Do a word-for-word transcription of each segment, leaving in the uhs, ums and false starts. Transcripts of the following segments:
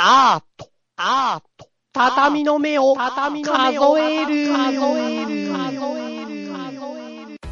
アート、アート、畳の目を、畳の目を数える、数える、数える、数える。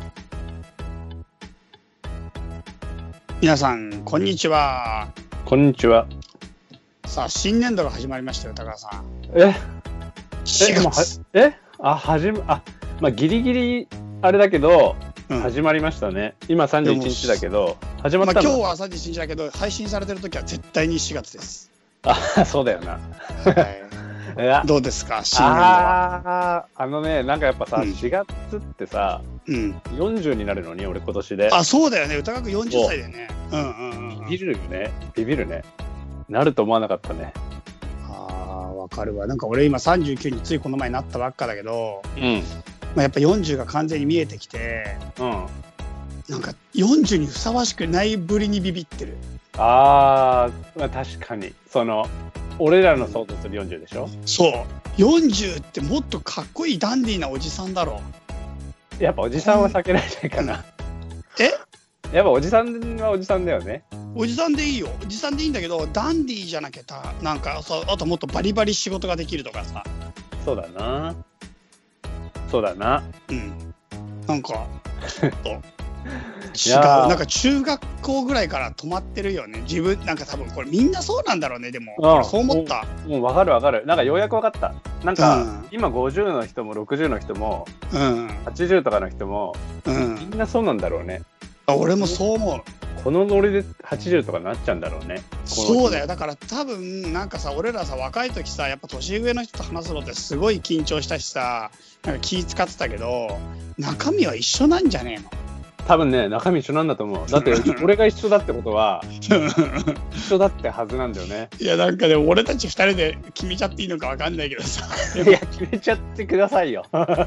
皆さん、こんにちは。 こんにちは。 さあ、新年度が始まりましたよ、高田さん。 えしがつ。 ええあ、始ま、あ、まあ、ギリギリ、あれだけど、 うん、 始まりましたね。今さんじゅういちにちだけど、始まったの、 まあ、今日はさんじゅういちにちだけど、配信されてる時は絶対にしがつです。 あ、そうだよな。 はい、 いやどうですか、新年度は。 ああのね、なんかやっぱさ、うん、しがつってさ、うん、よんじゅうになるのに、俺今年で。 あ、そうだよね。歌川くんよんじゅっさいだよね。うんうんうん。 ビビるよね。ビビるね。なると思わなかったね。 ああ、わかるわ。なんか俺今さんじゅうきゅうについこの前になったばっかだけど、 うん。 まあ、やっぱよんじゅうが完全に見えてきて、 うん。 なんかよんじゅうにふさわしくないぶりにビビってる。 あー、まあ、確かにその俺らの想像するよんじゅうでしょ。 そうよんじゅうってもっとかっこいいダンディーなおじさんだろ。 やっぱおじさんは避けられないかな。 えやっぱおじさんはおじさんだよね。 おじさんでいいよ。おじさんでいいんだけど、ダンディーじゃなきゃたなんかそう、あともっとバリバリ仕事ができるとかさ。 そうだなそうだなうんなんかちょっと違う。なんか中学校ぐらいから止まってるよね。自分なんか多分これみんなそうなんだろうね。でも、うん、そう思った。 もう分かる分かる。なんかようやく分かった。なんか、うん、今ごじゅうの人もろくじゅうの人も、うん、はちじゅうとかの人も、うん、みんなそうなんだろうね。 あ、俺もそう思う。 このノリではちじゅうとかなっちゃうんだろうね。 そうだよ。だから多分なんかさ、俺らさ若い時さ、やっぱ年上の人と話すのってすごい緊張したしさ、なんか気使ってたけど、中身は一緒なんじゃねえの。 多分ね、中身一緒なんだと思う。だって俺が一緒だってことは一緒だってはずなんだよね。 いやなんかでも俺たちふたりで決めちゃっていいのか分かんないけどさ。 いや決めちゃってくださいよ。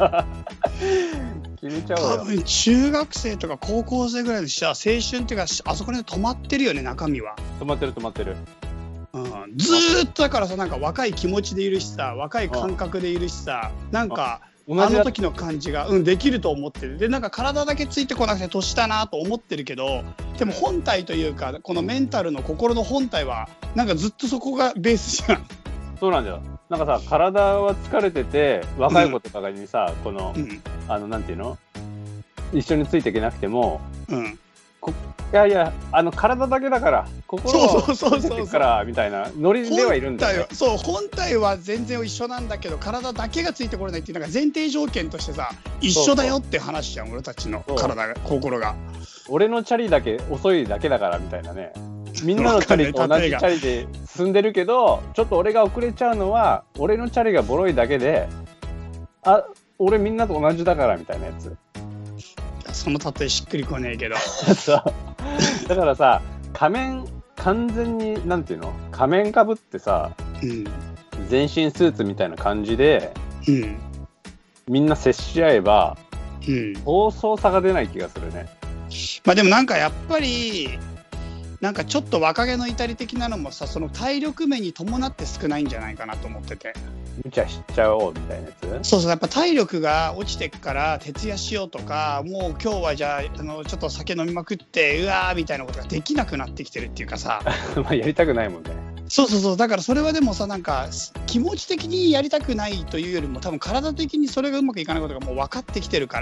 決めちゃおうよ。 多分中学生とか高校生ぐらいの人は青春っていうかあそこで止まってるよね。中身は止まってる止まってる、 うん、ずーっとだからさ、なんか若い気持ちでいるしさ、若い感覚でいるしさ、なんかあの時の感じが、うん、できると思ってる。でなんか体だけついてこなくて年だなと思ってるけど、でも本体というかこのメンタルの心の本体はなんかずっとそこがベースじゃん。 そうなんだよ。なんかさ、体は疲れてて若い子とかにさ、うん、この、うん、あのなんていうの、一緒についていけなくても、うん、こいやいやあの体だけだから心はついてるからみたいなノリではいるんだよね。 そう本体は全然一緒なんだけど、体だけがついてこれないっていうのが前提条件としてさ、一緒だよって話じゃん。俺たちの体が心が。 俺のチャリだけ遅いだけだからみたいなね。みんなのチャリと同じチャリで進んでるけど、ちょっと俺が遅れちゃうのは俺のチャリがボロいだけで、あ、俺みんなと同じだからみたいなやつ。 その例えしっくりこねえけど。 だからさ、仮面完全になんていうの、仮面かぶってさ、うん、全身スーツみたいな感じで、うん、みんな接し合えば、うん、そうそう差が出ない気がするね。 まあでもなんかやっぱりなんかちょっと若気の至り的なのもさ、その体力面に伴って少ないんじゃないかなと思ってて。 無茶しちゃおうみたいなやつ。 そうそう、やっぱ体力が落ちてくから徹夜しようとか、もう今日はじゃあ、あのちょっと酒飲みまくってうわーみたいなことができなくなってきてるっていうかさ。 まあやりたくないもんね。 そうそうそう。だからそれはでもさ、なんか気持ち的にやりたくないというよりも多分体的にそれがうまくいかないことがもう分かってきてるから、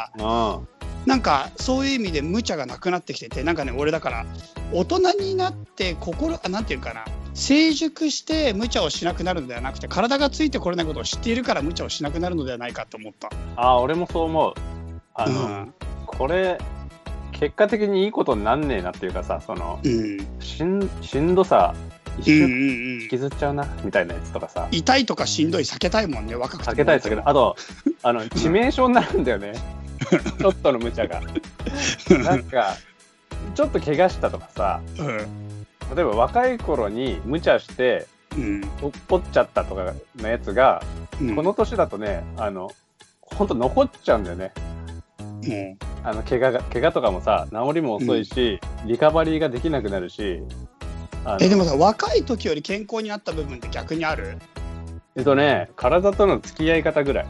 あなんかそういう意味で無茶がなくなってきてて、なんかね、俺だから大人になって心あなんていうかな、成熟して無茶をしなくなるのではなくて、体がついてこれないことを知っているから無茶をしなくなるのではないかと思った。 ああ、俺もそう思う。あの、うん、これ結果的にいいことになんねえなっていうかさ、その、うん、しん、しんどさ一瞬引きずっちゃうなみたいなやつとかさ、 痛いとかしんどい避けたいもんね。若くても避けたいですけど、あとあの致命傷になるんだよね。ちょっとの無茶がなんかちょっと怪我したとかさ、うん、例えば若い頃に無茶して、うん、落っこっちゃったとかのやつが、うん、この年だとね、あのほんと残っちゃうんだよね。うん、あの怪我が怪我とかもさ、治りも遅いし、うん、リカバリーができなくなるし。 えでもさ、若い時より健康になった部分って逆にある？ えっとね、体との付き合い方ぐらい。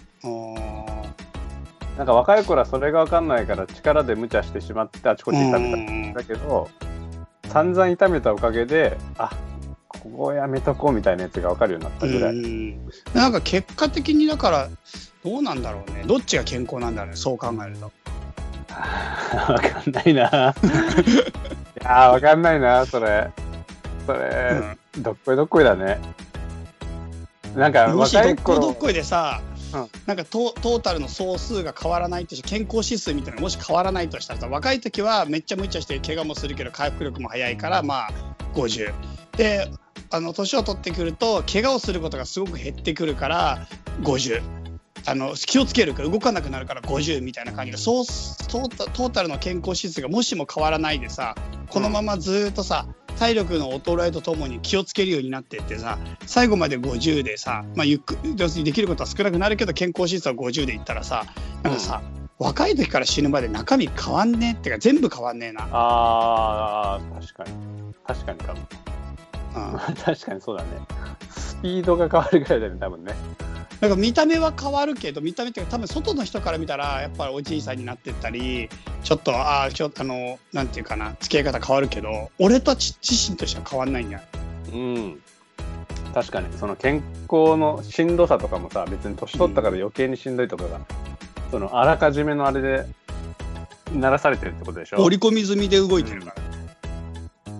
なんか若い頃はそれが分かんないから力で無茶してしまってあちこち痛めたんだけど、散々痛めたおかげで、あ、 ここをやめとこうみたいなやつが分かるようになったぐらい。 うんなんか結果的にだからどうなんだろうね。どっちが健康なんだろうね。そう考えると。 分かんないな。いやー分かんないなそれ。それ、うん、どっこいどっこいだね。なんかもしどっこいどっこいでさ、 うん、 なんか ト, トータルの総数が変わらないとして健康指数みたいなのがもし変わらないとしたらさ、若い時はめっちゃ無茶して怪我もするけど回復力も早いからまあごじゅうで、あの年を取ってくると怪我をすることがすごく減ってくるからごじゅう、あの気をつけるから動かなくなるからごじゅうみたいな感じで、そうトータルの健康指数がもしも変わらないでさ、このままずっとさ、うん、体力の衰えとともに気をつけるようになっていってさ、最後までごじゅうでさ、まあ、ゆっく要するにできることは少なくなるけど健康指数はごじゅうでいったらさ、なんかさ、うん、若い時から死ぬまで中身変わんねえってか全部変わんねえな。 あー確かに確かにかも、うん、確かにそうだね。スピードが変わるぐらいだよね多分ね。 なんか見た目は変わるけど、見た目っていうか多分外の人から見たらやっぱりおじいさんになってったり、ちょっとああちょっとあのなんていうかな付き合い方変わるけど、俺たち自身としては変わんないんだ。 うん確かにその健康のしんどさとかもさ、別に年取ったから余計にしんどいとかが、うん、そのあらかじめのあれで鳴らされてるってことでしょ。 織り込み済みで動いてるから、うん、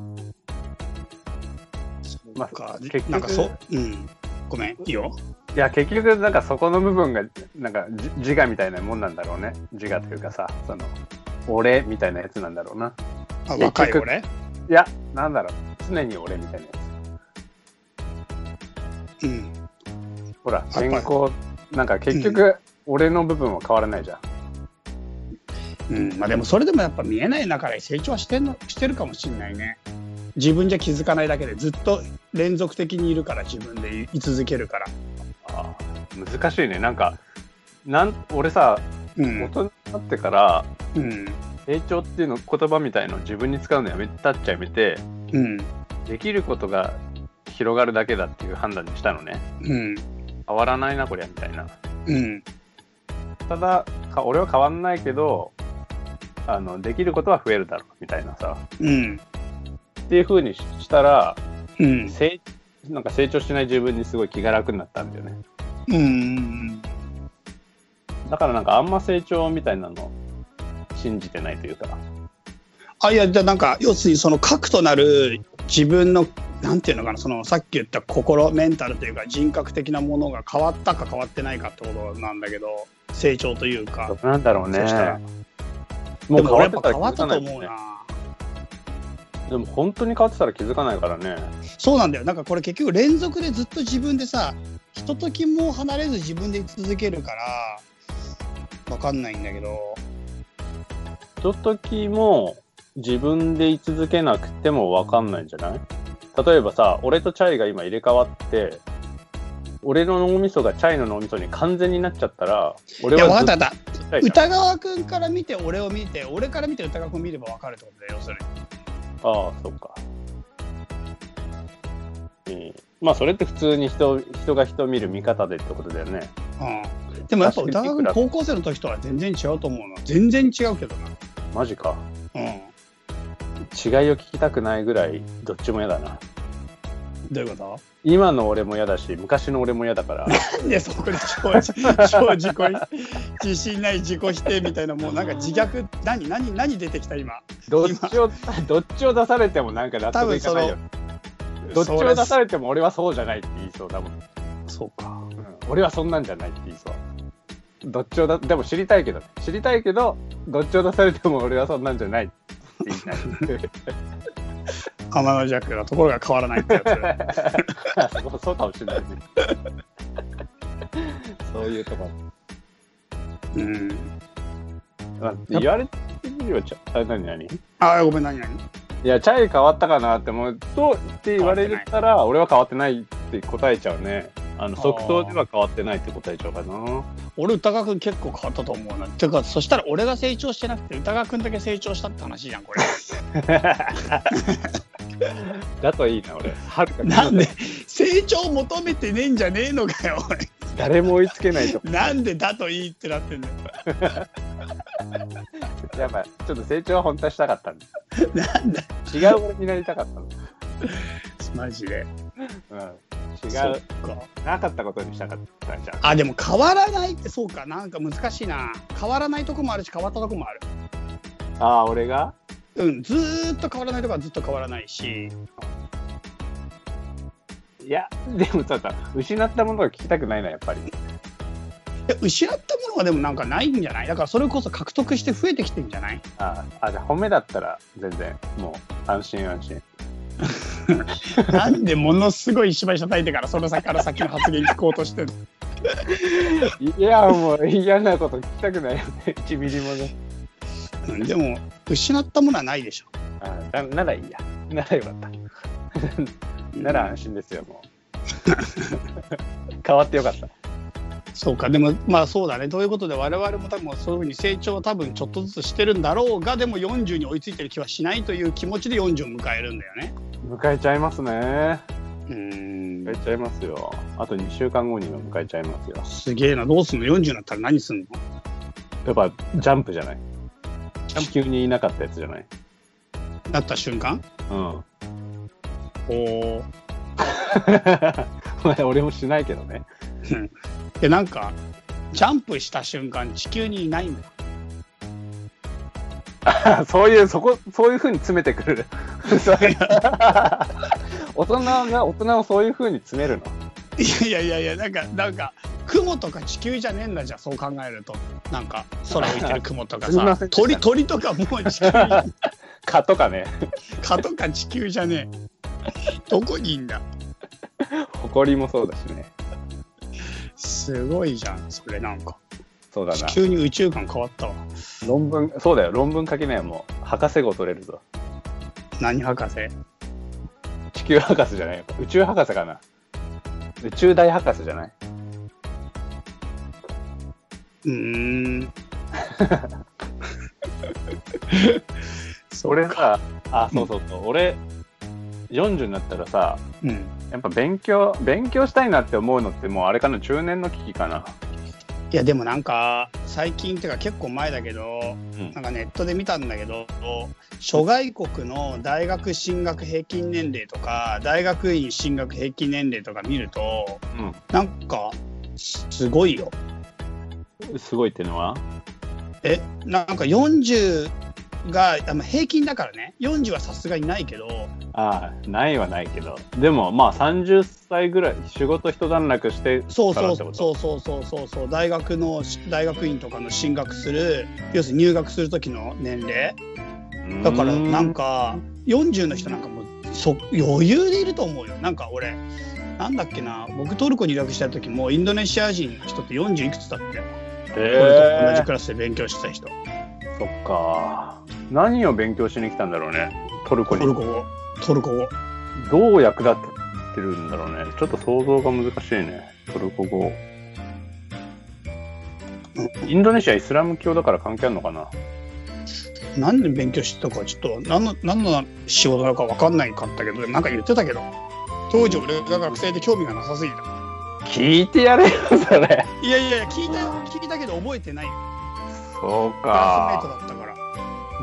まあ結局なんかそう、うん、ごめんいいよ。 いや結局なんかそこの部分がなんか自我みたいなもんなんだろうね。自我というかさ、その俺みたいなやつなんだろうな。 あ若い俺？ いやなんだろう、常に俺みたいなやつ。うん。 ほら健康なんか結局俺の部分は変わらないじゃん。 うん、うん、まあでもそれでもやっぱ見えない中で成長はしてんのしてるかもしれないね。自分じゃ気づかないだけでずっと連続的にいるから、自分で居続けるから。 あ難しいね。なんかなん俺さ、うん、大人になってから、うん、成長っていうの言葉みたいのを自分に使うのやめたっちゃやめて、うん、できることが広がるだけだっていう判断にしたのね、うん、変わらないなこりゃみたいな、うん、ただ俺は変わんないけどあのできることは増えるだろうみたいなさ、うん、っていう風にしたら、うん、成なんか成長しない自分にすごい気が楽になったんだよね。うん。だからなんかあんま成長みたいなの信じてないというか。 あいやじゃあなんか要するにその核となる自分のなんていうのかな、そのさっき言った心メンタルというか人格的なものが変わったか変わってないかってことなんだけど、成長というか。 なんだろうね。 そしたらもう変わった変わったと思うな。 でも本当に変わってたら気づかないからね。 そうなんだよ。なんかこれ結局連続でずっと自分でさ、ひとときも離れず自分で居続けるから分かんないんだけど、 ひとときも自分で居続けなくても分かんないんじゃない？例えばさ、俺とチャイが今入れ替わって俺の脳みそがチャイの脳みそに完全になっちゃったら、俺はずっと。いや分かった分かった。歌川くんから見て俺を見て、俺から見て歌川くん見れば分かるってことだよ、要するに。 ああ、そっか。うん、まあそれって普通に 人, 人が人を見る見方でってことだよね。 うん、でもやっぱ歌川くん高校生の時とは全然違うと思うの。全然違うけどな。 マジか。 うん。違いを聞きたくないぐらいどっちも嫌だな。 どういうこと？ 今の俺も嫌だし、昔の俺も嫌だから。 なんでそこで超自己自信ない自己否定みたいな、もうなんか自虐何何何出てきた今。 どっちをどっちを出されてもなんか納得いかないよ。どっちを出されても俺はそうじゃないって言いそうだもん。 そうか、 うん。俺はそんなんじゃないって言いそう。どっちをだでも知りたいけど知りたいけどどっちを出されても俺はそんなんじゃないって言いたい。 天の弱なところが変わらないってやつ。そう、そうかもしれないね。そういうところ。うん。言われてみればちゃ、あ、何何？ あ、ごめん何何？ いや、チャイ変わったかなって思うとって言われたら、俺は変わってないって答えちゃうね。あの即答では変わってないって答えちゃうかな。 俺歌川くん結構変わったと思うな。てかそしたら俺が成長してなくて歌川くんだけ成長したって話じゃんこれ。 だといいな俺。はるかなんで成長求めてねえんじゃねえのかよ俺。 誰も追いつけないと。 なんでだといいってなってんだよ。 やっぱちょっと成長は本当はしたかったんだ。 なんだ。 違う俺になりたかったの。 マジで。 うん、違うなかったことにしたかったじゃん。 あでも変わらないってそうかなんか難しいな。変わらないとこもあるし変わったとこもある。 ああ俺がうんずーっと変わらないとこはずっと変わらないし。 いやでもさ失ったものが聞きたくないなやっぱり。 失ったものはでもなんかないんじゃない。だからそれこそ獲得して増えてきてんじゃない。 ああじゃあ褒めだったら全然もう安心安心。 なんでものすごい石橋叩いてからその先から先の発言聞こうとしてるの。 いやもう嫌なこと聞きたくないよねいちミリもね。 うん、でも失ったものはないでしょ。 あなならいいやならよかったなら安心ですよもう変わってよかった。 そうかでもまあそうだね。ということで我々も多分そういうふうに成長を多分ちょっとずつしてるんだろうがでもよんじゅうに追いついてる気はしないという気持ちでよんじゅうを迎えるんだよね。 迎えちゃいますね。 うーん迎えちゃいますよ。あとにしゅうかんごには迎えちゃいますよ。 すげえな。どうすんのよんじゅうになったら何すんの。 やっぱジャンプじゃない地球にいなかったやつじゃないなった瞬間。 うんおーまあ俺もしないけどね。 でなんかジャンプした瞬間地球にいないんだ。 そういうそこそういう風に詰めてくる大人が大人をそういう風に詰めるの。 いやいやいやなんかなんか雲とか地球じゃねえんだじゃんそう考えると。なんか空浮いてる雲とかさ鳥鳥とかもう地球に蚊とかね蚊とか地球じゃねえ。どこにいんだ。 埃もそうだしね。 すごいじゃんそれ。なんかそうだな地球に宇宙観変わったわ。 論文そうだよ論文書けないよもう博士号取れるぞ。 何博士。 地球博士じゃないよ宇宙博士かな。宇宙大博士じゃない。 うーん俺さあそうそうそう、うん、俺よんじゅうになったらさ、うん、やっぱ勉強勉強したいなって思うのってもうあれかな中年の危機かな。 いやでもなんか最近っていうか結構前だけど、うん、なんかネットで見たんだけど諸外国の大学進学平均年齢とか大学院進学平均年齢とか見ると、うん、なんかすごいよ。 すごいっていうのはえなんかよんじゅうが平均だからね。よんじゅうはさすがにないけど。 ああないはないけどでもまあさんじゅっさいぐらい仕事一段落してそうそうそうそうそうそうそう大学の大学院とかの進学する要するに入学する時の年齢だからなんかよんじゅうの人なんかもうそ余裕でいると思うよ。なんか俺なんだっけな僕トルコに留学した時もインドネシア人の人ってよんじゅういくつだったよ。俺と同じクラスで勉強してた人。 そっか何を勉強しに来たんだろうねトルコに。 トルコ語トルコ語どう役立ってるんだろうね。ちょっと想像が難しいねトルコ語。インドネシアイスラム教だから関係あるのかな。 何で勉強してたかちょっと何の何の仕事なのか分かんないかったけどなんか言ってたけど当時俺が学生で興味がなさすぎた。 聞いてやれよそれ。 いやいや聞いたよ聞いたけど覚えてないよ。 そうかクラスメートだったから。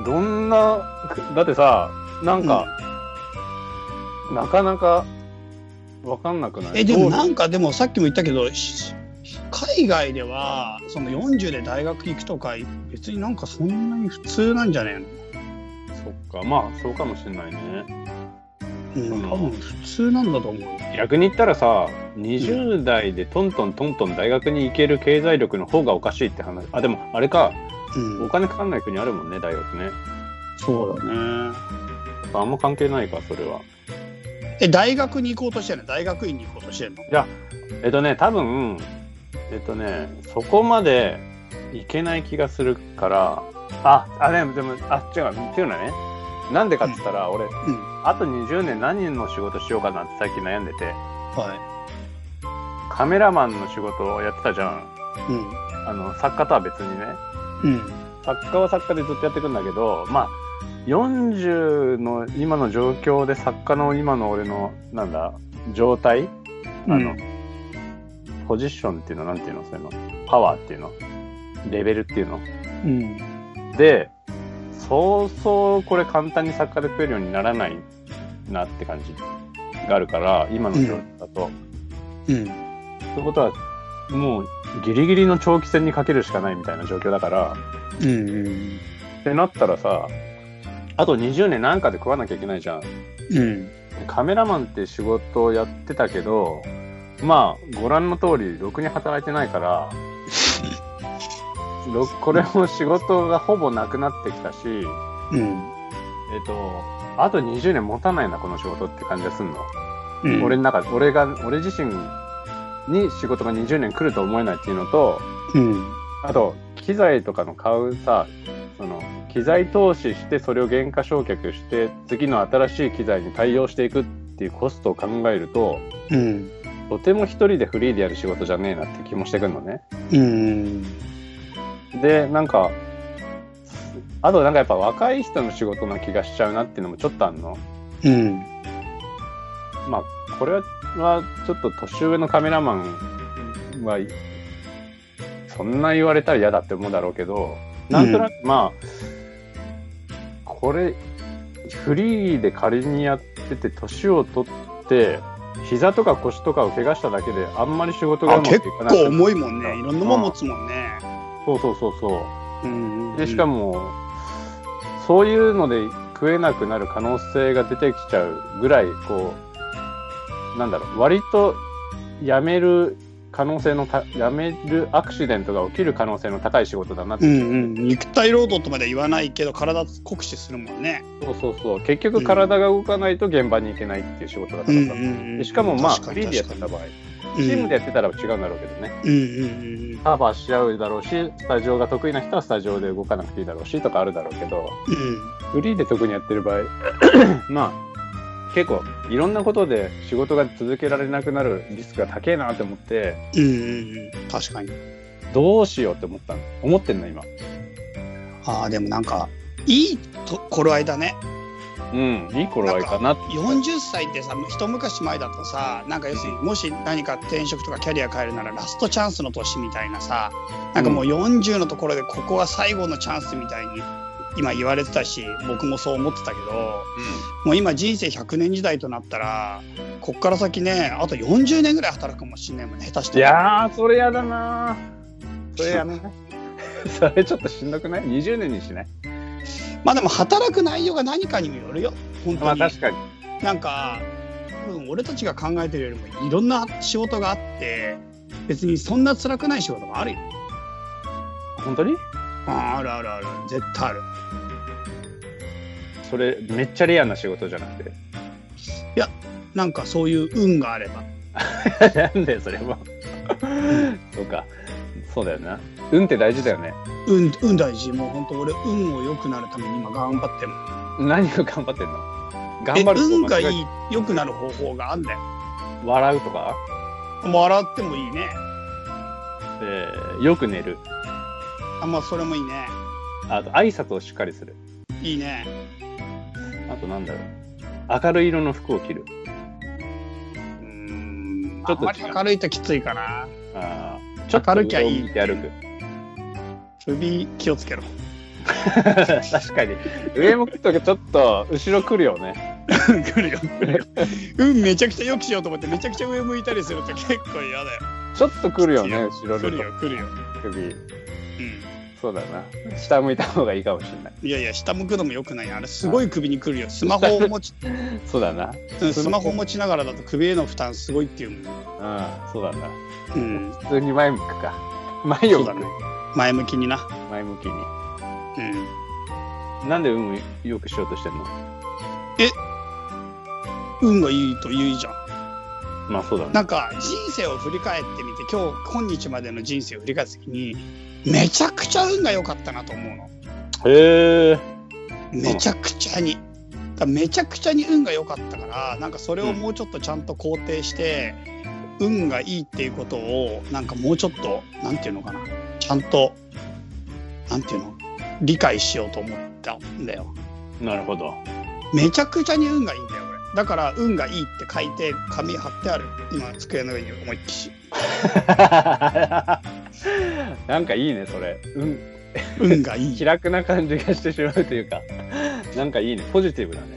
どんなだってさなんか、うん、なかなか分かんなくない。 えでもなんかでもさっきも言ったけど海外ではそのよんじゅうで大学行くとか別になんかそんなに普通なんじゃねえの。 そっかまあそうかもしれないね。 うん、多分普通なんだと思う。 逆に言ったらさにじゅう代でトントントントン大学に行ける経済力の方がおかしいって話。あでもあれか、うん、お金かかんない国あるもんね大学ね。 そうだね。 あんま関係ないかそれは。 え大学に行こうとしてるの大学院に行こうとしてるの。いやえっとね多分えっとねそこまでいけない気がするからああねでもあ違うっていうのはねなんでかっつったら、うん、俺、うん、あとにじゅうねん何の仕事しようかなって最近悩んでて、はい、カメラマンの仕事をやってたじゃん、うん、あの作家とは別にね、うん、作家は作家でずっとやっていくんだけどまあよんじゅうの今の状況で作家の今の俺のなんだ状態あの、うん、ポジションっていうのなんていうのそういうのパワーっていうのレベルっていうの、うん、でそうそうこれ簡単に作家で食えるようにならないなって感じ。 があるから今の状況だと、 うん、 ということはもうギリギリの長期戦にかけるしかないみたいな状況だから、 うんうん、 ってなったらさ、あとにじゅうねんなんかで食わなきゃいけないじゃん、 うん、 カメラマンって仕事をやってたけど、まあご覧の通りろくに働いてないからこれも仕事がほぼなくなってきたし、 うん、 えっとあとにじゅうねん持たないなこの仕事って感じがすんの、うん、俺の中で俺が俺自身に仕事がにじゅうねん来ると思えないっていうのと、 うん、 あと機材とかの買うさ、その機材投資してそれを原価償却して次の新しい機材に対応していくっていうコストを考えると、 うん、 とても一人でフリーでやる仕事じゃねえなって気もしてくるのね、 うん、 でなんかあとなんかやっぱ若い人の仕事な気がしちゃうなっていうのもちょっとあんの、 うん、 まあこれはちょっと年上のカメラマンはそんな言われたら嫌だって思うだろうけど、なんとなくまあ、うん、これフリーで仮にやってて年を取って膝とか腰とかを怪我しただけであんまり仕事がうまくいかなくて、 結構重いもんね、いろんなもん持つもんね、 うん、そうそうそうそう、 うんうん、 でしかもそういうので食えなくなる可能性が出てきちゃうぐらいこうなんだろう、割とやめる可能性のたやめるアクシデントが起きる可能性の高い仕事だなって、 うんうん、肉体労働とまでは言わないけど体酷使するもんね。 そうそうそう、結局体が動かないと現場に行けないっていう仕事だからさ、うんうんうん、しかもまあフリーでやってた場合、チームでやってたら違うんだろうけどね、うんうんうん、カバーし合うだろうし、スタジオが得意な人はスタジオで動かなくていいだろうしとかあるだろうけど、 うん、 フリーで特にやってる場合まあ結構いろんなことで仕事が続けられなくなるリスクが高いなって思って、 うんうんうん、確かにどうしようって思ったの思ってんの今。 ああでもなんかいいと頃合いだね。 うん、いい頃合いかなって。 よんじゅっさいってさ、一昔前だとさ、なんか要するにもし何か転職とかキャリア変えるならラストチャンスの年みたいなさ、なんかもうよんじゅうのところでここは最後のチャンスみたいに今言われてたし、僕もそう思ってたけど、うん、もう今人生ひゃくねん時代となったらこっから先ね、あとよんじゅうねんぐらい働くかもしれないもんね、下手して。 いやーそれやだなそれやめないそれちょっとしんどくない？にじゅうねんにしない？ まあでも働く内容が何かにもよるよ本当に。 まあ確かになんか多分俺たちが考えてるよりもいろんな仕事があって別にそんな辛くない仕事もあるよ。 本当に？ あ, あるあるある絶対ある。 それめっちゃレアな仕事じゃなくて、いやなんかそういう運があればなんでそれもそうか、そうだよな、運って大事だよね。 運運大事。もう本当俺運を良くなるために今頑張ってる。 何を頑張ってんの？頑張る運がいい良くなる方法があんだよ。 笑うとか？ 笑ってもいいね。 えー、よく寝る。 あ、まあそれもいいね。 あと挨拶をしっかりする。 いいね。 あとなんだろう、明るい色の服を着る。 うーん、ちょっとあんまり明るいときついかな。 あ、 ちょっと明るきゃいいって歩く。 首気をつけろ。 確かに上向くとちょっと後ろ来るよね。 来るよ来るよ。運めちゃくちゃ良くしようと思ってめちゃくちゃ上向いたりすると結構嫌だよ。 ちょっと来るよね後ろに。 来るよ来るよ首。うん、そうだな、 うん、 下向いた方がいいかもしれない。 いやいや下向くのも良くない。あれすごい首に来るよ。スマホを持ちそうだな、 うん、スマホ持ちながらだと首への負担すごいっていうもん。 うん、そうだな、 うん、 普通に前向くか。前を向く。そうだね、 前向きにな。 前向きに。 うん。 なんで運を良くしようとしてんの？ え、運がいいと言うじゃん。 まあそうだね。 なんか人生を振り返ってみて、今日今日までの人生を振り返った時にめちゃくちゃ運が良かったなと思うの。 へえ。 めちゃくちゃに。だめちゃくちゃに運が良かったから、なんかそれをもうちょっとちゃんと肯定して、うん、運がいいっていうことをなんかもうちょっとなんていうのかな、ちゃんとなんていうの理解しようと思ったんだよ。 なるほど。 めちゃくちゃに運がいいんだよ俺。だから運がいいって書いて紙貼ってある。今机の上に思いっきし。 なんかいいねそれ。運運がいい。 気楽な感じがしてしまうというか、なんかいいね、ポジティブだね。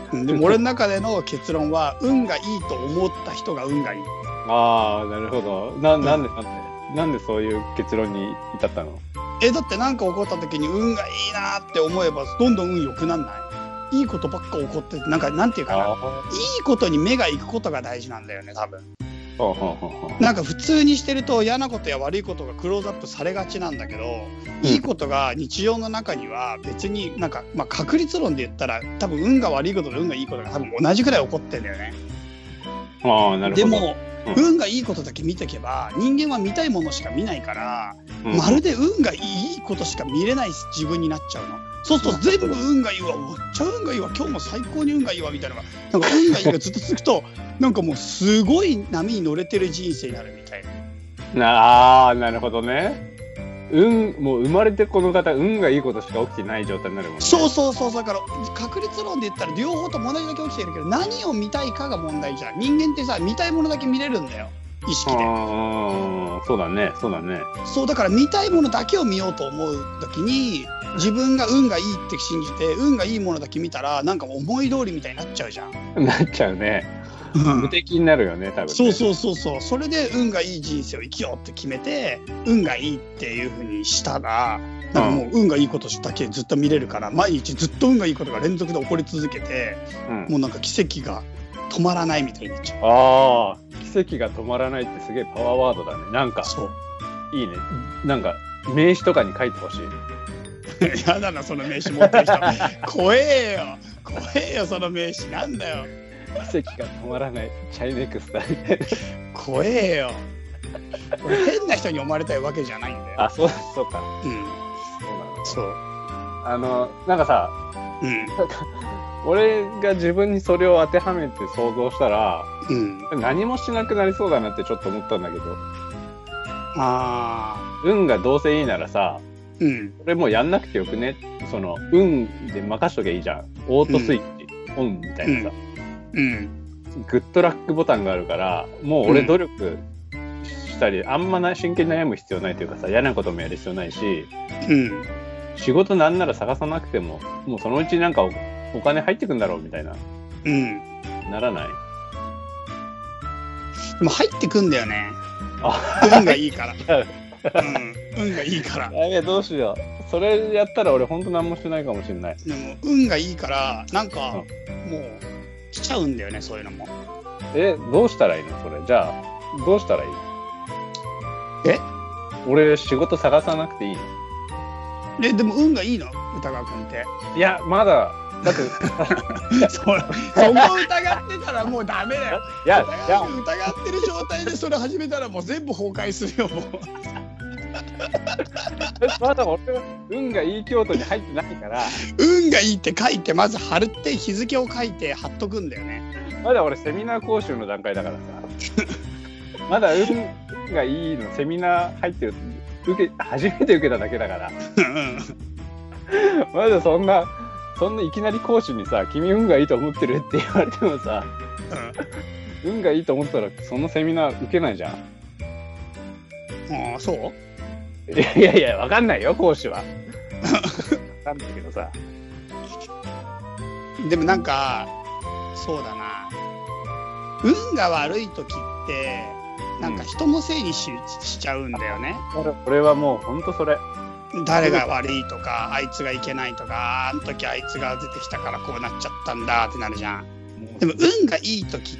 でも俺の中での結論は運がいいと思った人が運がいい。 ああ、なるほど。な、なんでなんでなんでそういう結論に至ったの？ え、だって何か起こった時に運がいいなって思えばどんどん運良くなんない？いいことばっか起こってなんかなんていうかな、いいことに目が行くことが大事なんだよね多分。なんか普通にしてると嫌なことや悪いことがクローズアップされがちなんだけど、うん、いいことが日常の中には別になんか、まあ、確率論で言ったら多分運が悪いことと運がいいことが多分同じくらい起こってんだよね。 ああ、なるほど。 でも、 うん、 運がいいことだけ見ていけば人間は見たいものしか見ないから、うん、まるで運がいいことしか見れない自分になっちゃうの。そうすると全部運がいいわ、めっちゃ運がいいわ、今日も最高に運がいいわみたいなのがなんか運がいいがずっと続くとなんかもうすごい波に乗れてる人生になるみたいな。ああ、なるほどね。運、もう生まれてこの方運がいいことしか起きてない状態になるもんね。 そうそうそう。だから確率論で言ったら両方とも同じだけ起きてるけど何を見たいかが問題じゃん。人間ってさ見たいものだけ見れるんだよ意識で。 ああ、そうだねそうだね。 そうだから見たいものだけを見ようと思う時に自分が運がいいって信じて運がいいものだけ見たらなんか思い通りみたいになっちゃうじゃん。 なっちゃうね。無敵になるよね多分ね。 そうそうそうそう。それで運がいい人生を生きようって決めて運がいいっていう風にしたらなんかもう運がいいことだけずっと見れるから毎日ずっと運がいいことが連続で起こり続けて、うん、もうなんか奇跡が止まらないみたいになっちゃう。 ああ、奇跡が止まらないってすげえパワーワードだね。なんかそういいね。なんか名刺とかに書いてほしい。 やだなその名刺持ってる人怖えよ怖えよその名刺なんだよ。 奇跡が止まらないチャイネクスタみたいな怖えよ。俺変な人に思われたいわけじゃないんだよ。 あ、そうそうか。 うん。 そうなの。 そう。 あのなんかさ、 うん。 俺が自分にそれを当てはめて想像したら、 うん、 何もしなくなりそうだなってちょっと思ったんだけど。 ああ。 運がどうせいいならさ、 うん。 俺もうやんなくてよくね。その運で任しときゃいいじゃん。オートスイッチ、うん、オンみたいなさ。 うん。 グッドラックボタンがあるからもう俺努力したり、うん、あんまな真剣に悩む必要ないというかさ嫌なこともやる必要ないし、 うん、 仕事なんなら探さなくてももうそのうちなんか お, お金入ってくんだろうみたいな、 うん、 ならない？ でも入ってくんだよね。運がいいから、うん、運がいいから。 いやどうしよう。それやったら俺ほんと何もしてないかもしれない。 でも運がいいからなんか、うん、もう来ちゃうんだよねそういうのも。 え、どうしたらいいのそれ？じゃあどうしたらいい？ え？ 俺仕事探さなくていいの？ え、でも運がいいの？歌川君って。 いやまだだってそ, そこ疑ってたらもうダメだよ。 いや疑, いや疑ってる状態でそれ始めたらもう全部崩壊するよもう。 まだ俺は運がいい京都に入ってないから運がいいって書いてまず貼るって日付を書いて貼っとくんだよね。 まだ俺セミナー講習の段階だからさまだ運がいいのセミナー入ってる受け初めて受けただけだからまだそんなそんないきなり講師にさ君運がいいと思ってるって言われてもさ、うん、運がいいと思ったらそのセミナー受けないじゃん。 ああ、そう？ いやいやいや、わかんないよ、講師は。わかんないけどさ。 でもなんか、そうだな。運が悪い時って、なんか人のせいに し,、うん、しちゃうんだよね。 これはもうほんとそれ。 誰が悪いとか、あいつがいけないとか、あの時あいつが出てきたからこうなっちゃったんだってなるじゃん。でも運がいい時って、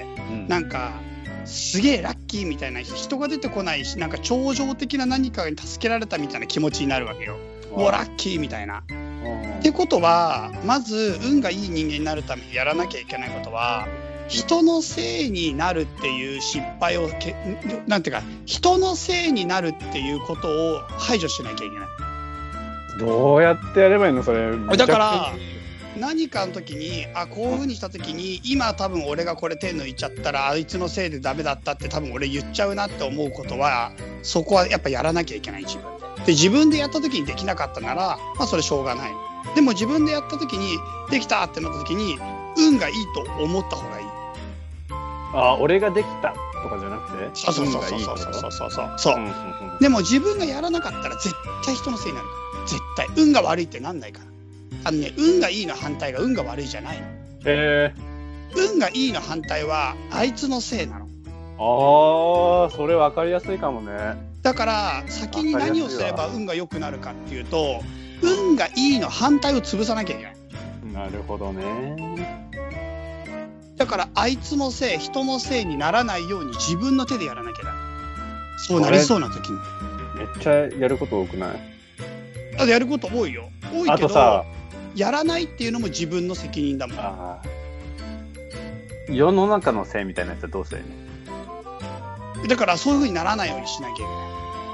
うん、なんか、すげえラッキーみたいな人が出てこないしなんか超常的な何かに助けられたみたいな気持ちになるわけよ。もうラッキーみたいな。ってことはまず運がいい人間になるためにやらなきゃいけないことは人のせいになるっていう失敗をけなんていうか人のせいになるっていうことを排除しなきゃいけない。 どうやってやればいいのそれ？ だから何かの時にあこういう風にした時に今多分俺がこれ手抜いちゃったらあいつのせいでダメだったって多分俺言っちゃうなって思うことはそこはやっぱやらなきゃいけない。自分でで自分でやった時にできなかったならまあそれしょうがない。でも自分でやった時にできたってなった時に運がいいと思った方がいい。 あ俺ができたとかじゃなくてそうそうそうそうそうそうそうそうそう、うんうんうん、でも自分がやらなかったら絶対人のせいになるから絶対運が悪いってなんないから。あのね、運がいいの反対が運が悪いじゃないの。 へえ。 運がいいの反対はあいつのせいなの。 ああ、それ分かりやすいかもね。 だから先に何をすれば運が良くなるかっていうと、運がいいの反対を潰さなきゃいけない。 なるほどね。 だからあいつのせい、人のせいにならないように自分の手でやらなきゃだ。そうなりそうな時に。 めっちゃやること多くない？ あとやること多いよ。多いけど、 あとさ、 やらないっていうのも自分の責任だもん。 あ世の中のせいみたいなやつはどうするの？ だからそういう風にならないようにしなきゃいけない。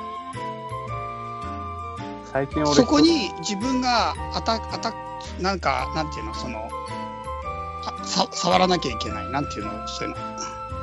最近俺そこに自分があたあたなんかなんていうの、そのさ触らなきゃいけない、なんていうの、そういうの。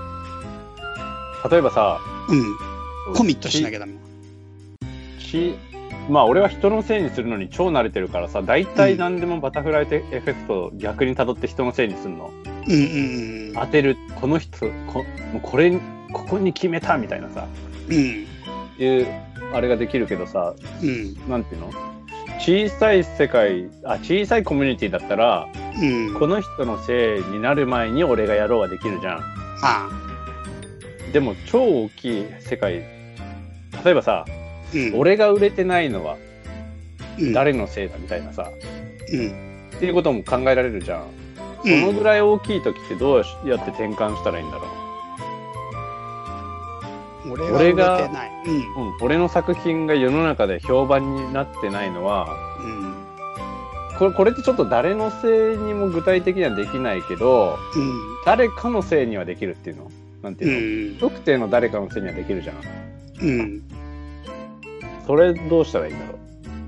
例えばさ、 うん、コミットしなきゃダメ。 ちまあ俺は人のせいにするのに超慣れてるからさ、大体何でもバタフライエフェクトを逆に辿って人のせいにするの。 うんうんうん。 当てる、この人こもうこれここに決めたみたいなさ、 うん。 いうあれができるけどさ、 うん。 なんていうの？小さい世界、あ小さいコミュニティだったら、 うん、 この人のせいになる前に俺がやろうができるじゃん。 ああ。 でも超大きい世界、例えばさ、うん、俺が売れてないのは誰のせいだみたいなさ、うん、っていうことも考えられるじゃん。そのぐらい大きい時ってどうやって転換したらいいんだろう。俺が売れてない、 うんうん、俺の作品が世の中で評判になってないのは、うん、これ、これってちょっと誰のせいにも具体的にはできないけど、うん、誰かのせいにはできるっていうの、なんていうの、うん、特定の誰かのせいにはできるじゃん。うん。それどうしたらいいんだろ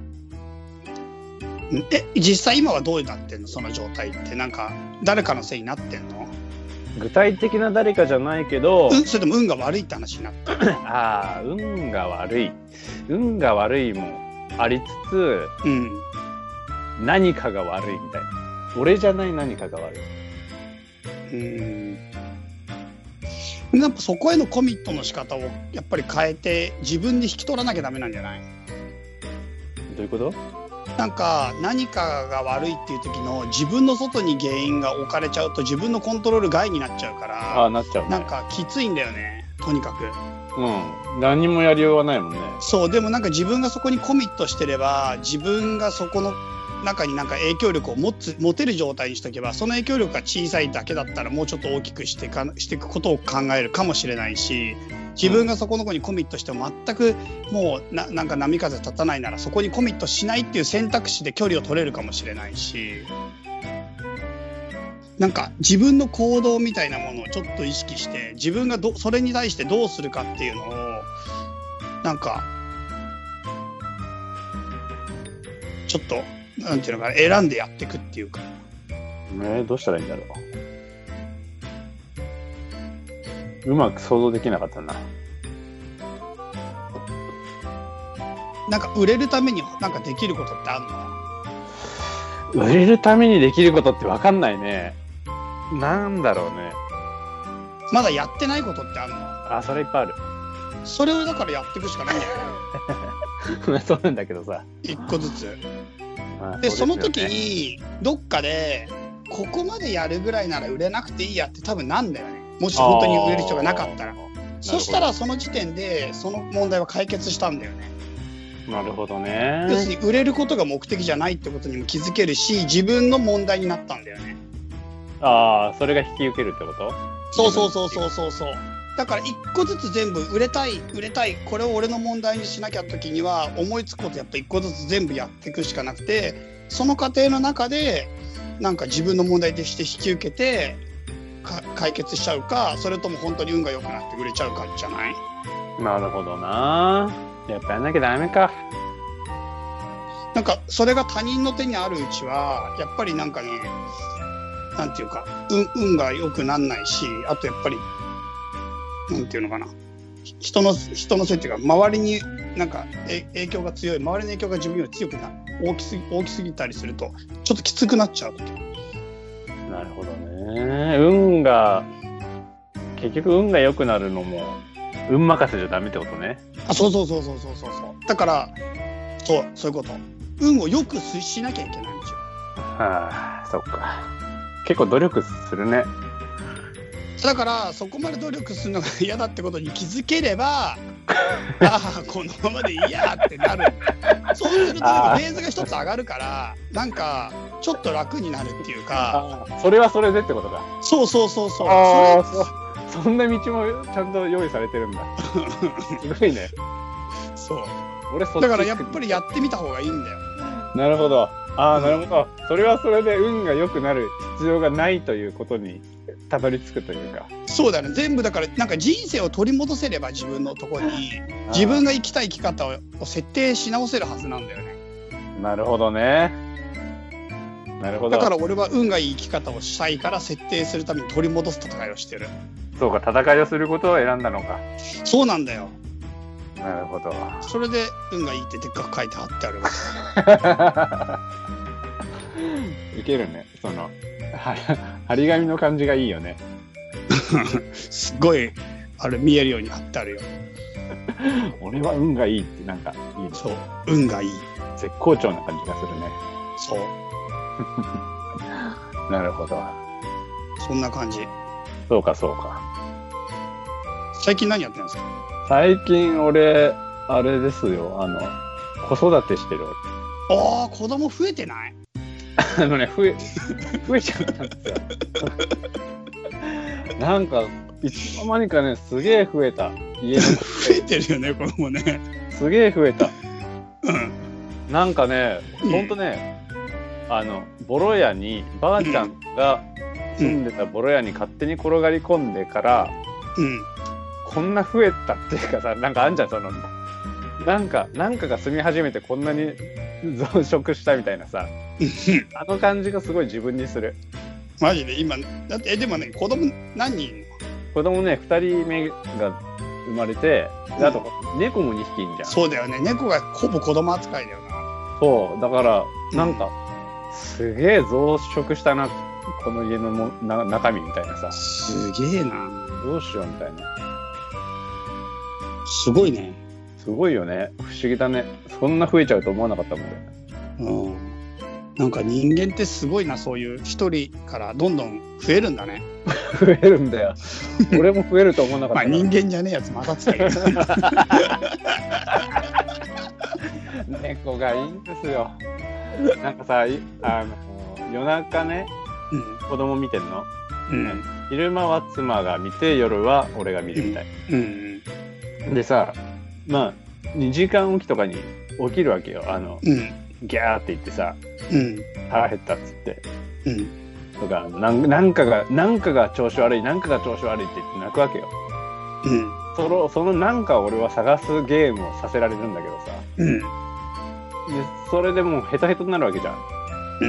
う。え、実際今はどうなってんの、その状態って。なんか誰かのせいになってんの？ 具体的な誰かじゃないけど、 うん、それとも運が悪いって話になってる。 ああ、運が悪い運が悪いもありつつ、うん、何かが悪いみたいな。俺じゃない何かが悪い。 うん。やっぱそこへのコミットの仕方をやっぱり変えて自分で引き取らなきゃダメなんじゃない？ どういうこと？ なんか何かが悪いっていう時の自分の外に原因が置かれちゃうと自分のコントロール外になっちゃうから、 あ、なっちゃうね、 なんかきついんだよね、とにかく。 うん、何もやりようがないもんね。 そう、でもなんか自分がそこにコミットしてれば、自分がそこの中になんか影響力を持つ持てる状態にしとけば、その影響力が小さいだけだったらもうちょっと大きくしてかしていくことを考えるかもしれないし、自分がそこの子にコミットしても全くもう な, なんか波風立たないならそこにコミットしないっていう選択肢で距離を取れるかもしれないし、なんか自分の行動みたいなものをちょっと意識して自分がどそれに対してどうするかっていうのをなんかちょっとなんていうのかな、選んでやっていくっていうか。 ね、どうしたらいいんだろう。うまく想像できなかったな。 なんか売れるためになんかできることってあるの？売れるためにできることって分かんないね。なんだろうね。 まだやってないことってあるの？ あ、それいっぱいある。 それをだからやっていくしかないんだよ。 そうなんだけどさ。 一個ずつ。 まあ、 で、 そ, その時にどっかでここまでやるぐらいなら売れなくていいやって多分なんだよね。もし本当に売れる人がなかったら。そしたらその時点でその問題は解決したんだよね。 なるほどね。 要するに売れることが目的じゃないってことにも気づけるし、自分の問題になったんだよね。 ああ、それが引き受けるってこと？ そうそうそうそうそうそう。だから一個ずつ全部売れたい売れたいこれを俺の問題にしなきゃ時には思いつくことやっぱ一個ずつ全部やっていくしかなくて、その過程の中でなんか自分の問題として引き受けてか解決しちゃうか、それとも本当に運が良くなって売れちゃうかじゃない？ なるほどな。やっぱやんなきゃダメか。 なんかそれが他人の手にあるうちはやっぱりなんかね、なんていうか運、運が良くなんないし、あとやっぱりなんていうのかな、人の人のせいっていうか周りになんか影響が強い、周りの影響が自分より強くな大きすぎ大きすぎたりするとちょっときつくなっちゃう。 なるほどね。運が結局運が良くなるのも運任せじゃダメってことね。 あ、そうそうそうそうそうそうそう。だからそうそういうこと。運を良くしなきゃいけないんですよ。 はあ、そっか。 結構努力するね。 だからそこまで努力するのが嫌だってことに気づければああこのままでいいやってなる。そうするとフェーズが一つ上がるからなんかちょっと楽になるっていうか。 あそれはそれでってことか。 そうそうそうそう。 あそれそそんな道もちゃんと用意されてるんだ。すごいね。 そう。 俺そっちだからやっぱりやってみた方がいいんだよ。 なるほど。ああなるほど。それはそれで運が良くなる必要がないということにたどり着くというか。 そうだね。全部だからなんか人生を取り戻せれば自分のところに自分が生きたい生き方を設定し直せるはずなんだよね。 なるほどね。なるほど。 だから俺は運がいい生き方をしたいから設定するために取り戻す戦いをしてる。 そうか、戦いをすることを選んだのか。 そうなんだよ。 なるほど。 それで運がいいってでっかく書いてあってある。 いけるね。その張り紙の感じがいいよね。 すごいあれ見えるように貼ってあるよ。 俺は運がいいってなんかいいね。 そう、運がいい。 絶好調な感じがするね。 そう。 なるほど。 そんな感じ。 そうかそうか。 最近何やってるんですか？ 最近俺あれですよ、あの子育てしてる。 ああ、子供増えてない？ あのね、増え増えちゃったんですよ。なんかいつの間にかね、すげえ増えた。家の増えてるよね、子供ね。 すげえ増えた。 うん。 なんかね、ほんとね、あのボロ屋にばあちゃんが住んでたボロ屋に勝手に転がり込んでから、 うん、 こんな増えたっていうかさ、なんかあんじゃん、そのなんかなんかが住み始めてこんなに増殖したみたいなさ、あの感じがすごい自分にする。 マジで今だってえでもね、子供何人いるの？ 子供ね、ふたりめが生まれて、であと、うん、猫もにひきいんじゃん。 そうだよね、猫がほぼ子供扱いだよな。 そうだからなんか、うん、すげえ増殖したな、この家のもな中身みたいなさ。 すげえな。 どうしようみたいな。 すごいね。 すごいよね。不思議だね。そんな増えちゃうと思わなかったもんね。 うん。なんか人間ってすごいな、そういう一人からどんどん増えるんだね。 増えるんだよ。俺も増えると思わなかった。 まあ人間じゃねえやつまたつける。 猫がいいんですよ。なんかさ、あの夜中ね、うん、子供見てんの、うん、昼間は妻が見て、夜は俺が見るみたい、うんうん、でさ、まあにじかんおきとかに起きるわけよ。あの、うん、ギャーって言ってさ、うん、腹減ったっつって、うん、とかなん、なんかがなんかが調子悪いなんかが調子悪いって言って泣くわけよ。うん、そのそのなんかを俺は探すゲームをさせられるんだけどさ、うん、でそれでもうヘトヘトになるわけじゃん。うん、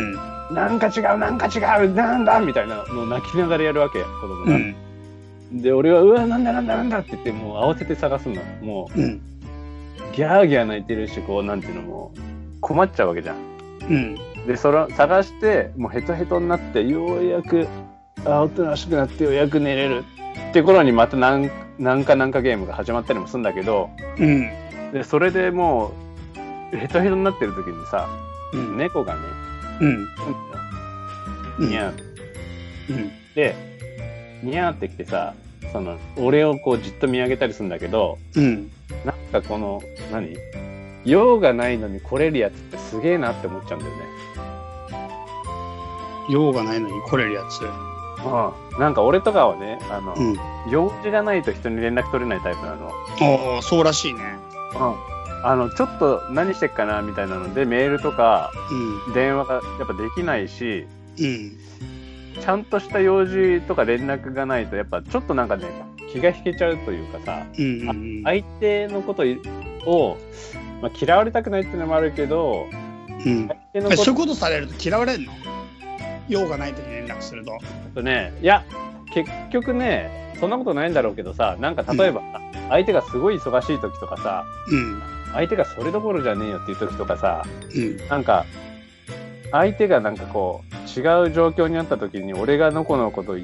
なんか違うなんか違うなんだみたいなのを泣きながらやるわけ、子供が。うん、で俺はうわなんだなんだなんだって言ってもう慌てて探すの。もう、うん、ギャーギャー泣いてるし、こうなんていうの、もう困っちゃうわけじゃん。うん、でそれ探してもうヘトヘトになって、ようやくあおとなしくなってようやく寝れるって頃にまた何何か何かゲームが始まったりもするんだけど、うん、でそれでもうヘトヘトになってる時にさ、うん、猫がね、うん、ニャー、うん、でニャーってきてさ、その俺をこうじっと見上げたりするんだけど、うん、なんかこの何用がないのに来れるやつってすげえなって思っちゃうんだよね。 用がないのに来れるやつ。 ああ、なんか俺とかはね、あの、うん、用事がないと人に連絡取れないタイプなの。 ああ、そうらしいね。 うん。あのちょっと何してっかなみたいなのでメールとか、うん、電話がやっぱできないし、うん、ちゃんとした用事とか連絡がないとやっぱちょっとなんかね気が引けちゃうというかさ、うんうんうん、相手のことを、まあ、嫌われたくないっていうのもあるけど、 うん、相手のことそういうことされると嫌われるの？用がない時に連絡すると。 とね、いや結局ねそんなことないんだろうけどさ、なんか例えば、うん、相手がすごい忙しい時とかさ、うん、相手がそれどころじゃねえよっていう時とかさ、うん、なんか相手がなんかこう違う状況にあった時に俺がのこのこと言って、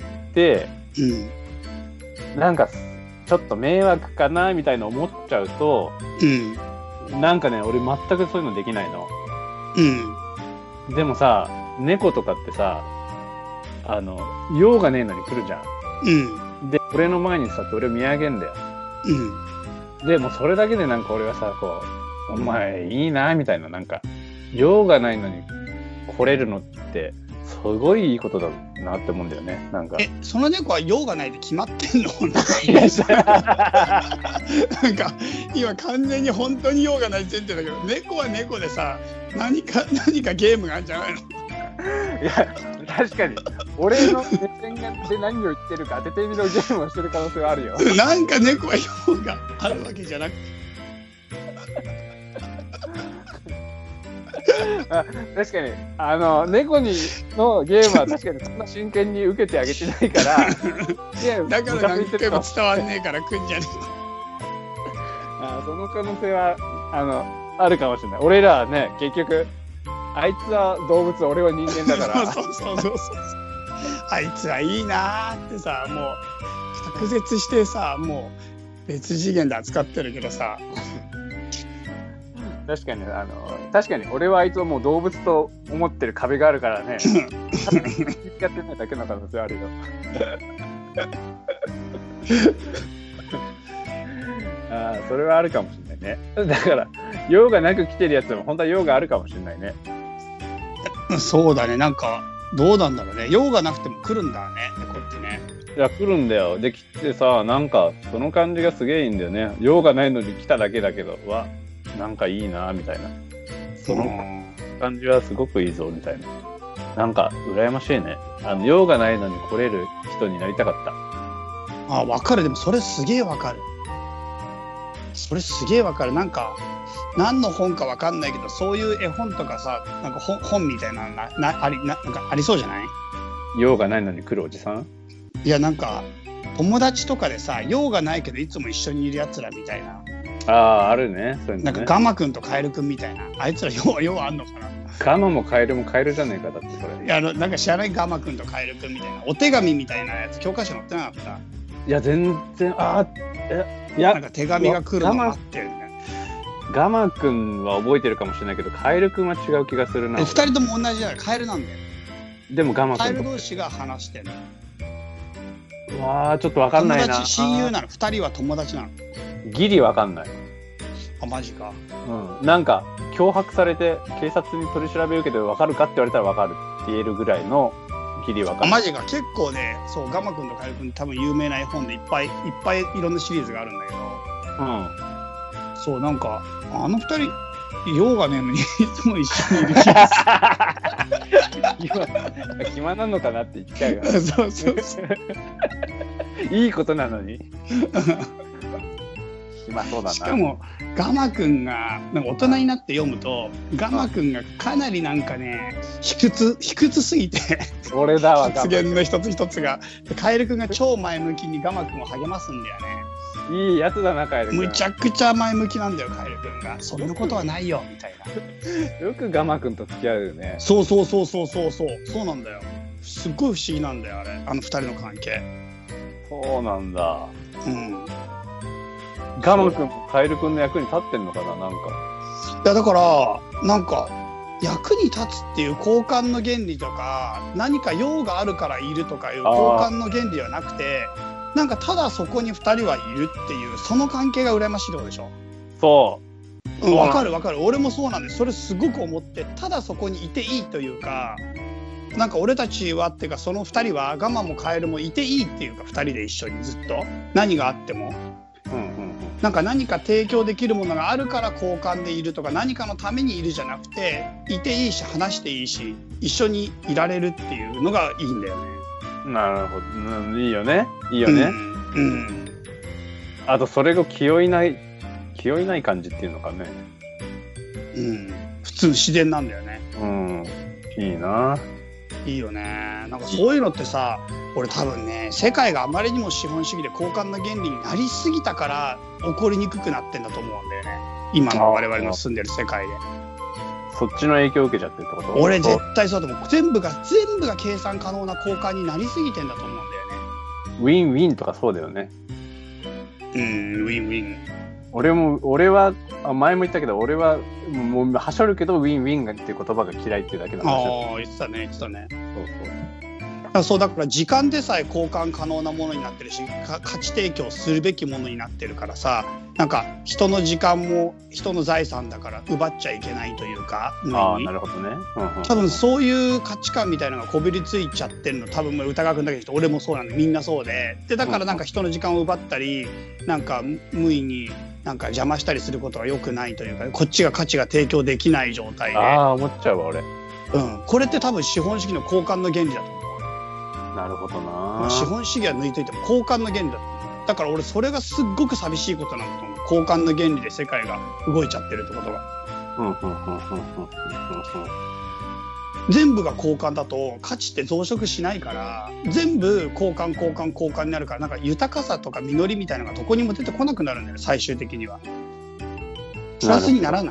うん、なんかちょっと迷惑かなみたいな思っちゃうと、うん、なんかね俺全くそういうのできないの、うん、でもさ猫とかってさあの用がねえのに来るじゃん。 うん。 で俺の前にさ俺を見上げんだよ。 うん。 でもうそれだけでなんか俺はさこうお前いいなみたいな、なんか用がないのに来れるのってすごいいいことだなって思うんだよね。なんかえ、その猫は用がないで決まってんの？ いや知らないなんか今完全に本当に用がない前提だけど、猫は猫でさ、何か何かゲームがあるんじゃないの？ いや確かに俺の目線で何を言ってるか当ててみろゲームをしてる可能性はあるよ。 なんか猫は用があるわけじゃなくてあ確かにあの猫にのゲームは確かにそんな真剣に受けてあげてないからだから何回も伝わんねえから来んじゃねあその可能性はあのあるかもしれない。俺らはね結局あいつは動物俺は人間だからそうそうそうそうあいつはいいなーってさ、もう隔絶してさ、もう別次元で扱ってるけどさ確かにあの確かに俺はあいつをもう動物と思ってる壁があるからねやってないだけの可能性あるよあそれはあるかもしれないね。だから用がなく来てるやつも本当は用があるかもしれないね。 そうだね、なんかどうなんだろうね、用がなくても来るんだね、猫ってね。 いや来るんだよ。で来てさ、なんかその感じがすげえいいんだよね。用がないのに来ただけだけどわなんかいいなみたいな、その感じはすごくいいぞみたいな、なんか羨ましいね。あの用がないのに来れる人になりたかった。 あ、わかる。でもそれすげえわかる。それすげえわかる。なんか何の本かわかんないけど、そういう絵本とかさ、なんか 本, 本みたいなのななありななんかありそうじゃない？ 用がないのに来るおじさん。 いや、なんか友達とかでさ、用がないけどいつも一緒にいるやつらみたいな。 ああ、あるね。そういうのね。 なんかガマくんとカエルくんみたいな。あいつら用用あんのかな。 ガマもカエルもカエルじゃねえか、だってそれ。 いや、あのなんか知らないガマくんとカエルくんみたいな。お手紙みたいなやつ教科書載ってなかった？ いや全然、あえいやなんか手紙が来るの待ってるみたいな。 ガマくんは覚えてるかもしれないけど、カエルくんは違う気がするな。 ふたりとも同じじゃない。カエルなんだよ。 でもガマくんカエル同士が話してるの。 わあちょっとわかんないな。 友達親友なの。ふたりは友達なの。 ギリわかんない。 あ、マジか。 うん。なんか脅迫されて警察に取り調べ受けてわかるかって言われたらわかるって言えるぐらいのギリわかんない。 あ、マジか。結構ね、そうガマくんとカエルくん多分有名な絵本でいっぱいいっぱいいろんなシリーズがあるんだけど。 うん。 そうなんかあのふたり用がねえのにいつも一緒にいる気がする。暇なのかなって言っちゃうよ。 そうそうそう。 いいことなのに。暇そうだな。 しかもガマくんがなんか大人になって読むとガマくんがかなりなんかね卑屈卑屈すぎて俺だわ発言の一つ一つが。カエルくんが超前向きにガマくんを励ますんだよね。 いいやつだなカエルくん。 むちゃくちゃ前向きなんだよカエルくんが。そんなことはないよみたいな。 よくガマくんと付き合うよね。 そうそうそうそうそうそうそうなんだよ。すっごい不思議なんだよあれ、あのふたりの関係。 そうなんだ。 うん。 ガマくんもカエルくんの役に立ってんのかな、なんか。 いやだからなんか役に立つっていう交換の原理とか、何か用があるからいるとかいう交換の原理ではなくて、なんかただそこにふたりはいるっていうその関係が羨ましいってことでしょ。 そう。 うん、わかるわかる。俺もそうなんです。それすごく思って、ただそこにいていいというか、なんか俺たちはっていうかそのふたりはガマもカエルもいていいっていうか、ふたりで一緒にずっと何があっても。 うんうんうん、 なんか何か提供できるものがあるから交換でいるとか、何かのためにいるじゃなくて、いていいし話していいし一緒にいられるっていうのがいいんだよね。 なるほど、うん、いいよねいいよね、 うんうん、 あとそれが気負いない気負いない感じっていうのかね、 うん、普通自然なんだよね。 うんいいないいよね。なんかそういうのってさ、俺多分ね、世界があまりにも資本主義で交換の原理になりすぎたから起こりにくくなってんだと思うんだよね、今の我々の住んでる世界で。 そっちの影響を受けちゃってるってこと？ 俺絶対そうだと思う。全部が全部が計算可能な交換になりすぎてんだと思うんだよね。 ウィンウィンとかそうだよね。 うん、ウィンウィン。 俺も俺は前も言ったけど、俺はもうはしょるけどウィンウィンがっていう言葉が嫌いっていうだけの話。 ああ、言ってたね言ってたね。 そうそう。 らそうだから時間でさえ交換可能なものになってるし、か価値提供するべきものになってるからさ、なんか人の時間も人の財産だから奪っちゃいけないというか、 ああなるほどね、うんうん、 多分そういう価値観みたいなのがこびりついちゃってるの、多分歌川君だけで俺もそうなんで、みんなそうで、でだからなんか人の時間を奪ったり、なんか無意になんか邪魔したりすることが良くないというか、こっちが価値が提供できない状態で、 ああ思っちゃうわ俺、 うん、これって多分資本主義の交換の原理だと思う。 なるほどな、 まあ、資本主義は抜いといても交換の原理だと思う。だから俺それがすっごく寂しいことなんだと思う。交換の原理で世界が動いちゃってるってことが、 うんうんうんうんうんうんうん、 全部が交換だと価値って増殖しないから、全部交換交換交換になるから、なんか豊かさとか実りみたいなのがどこにも出てこなくなるんだよ、最終的には。プラスにならない。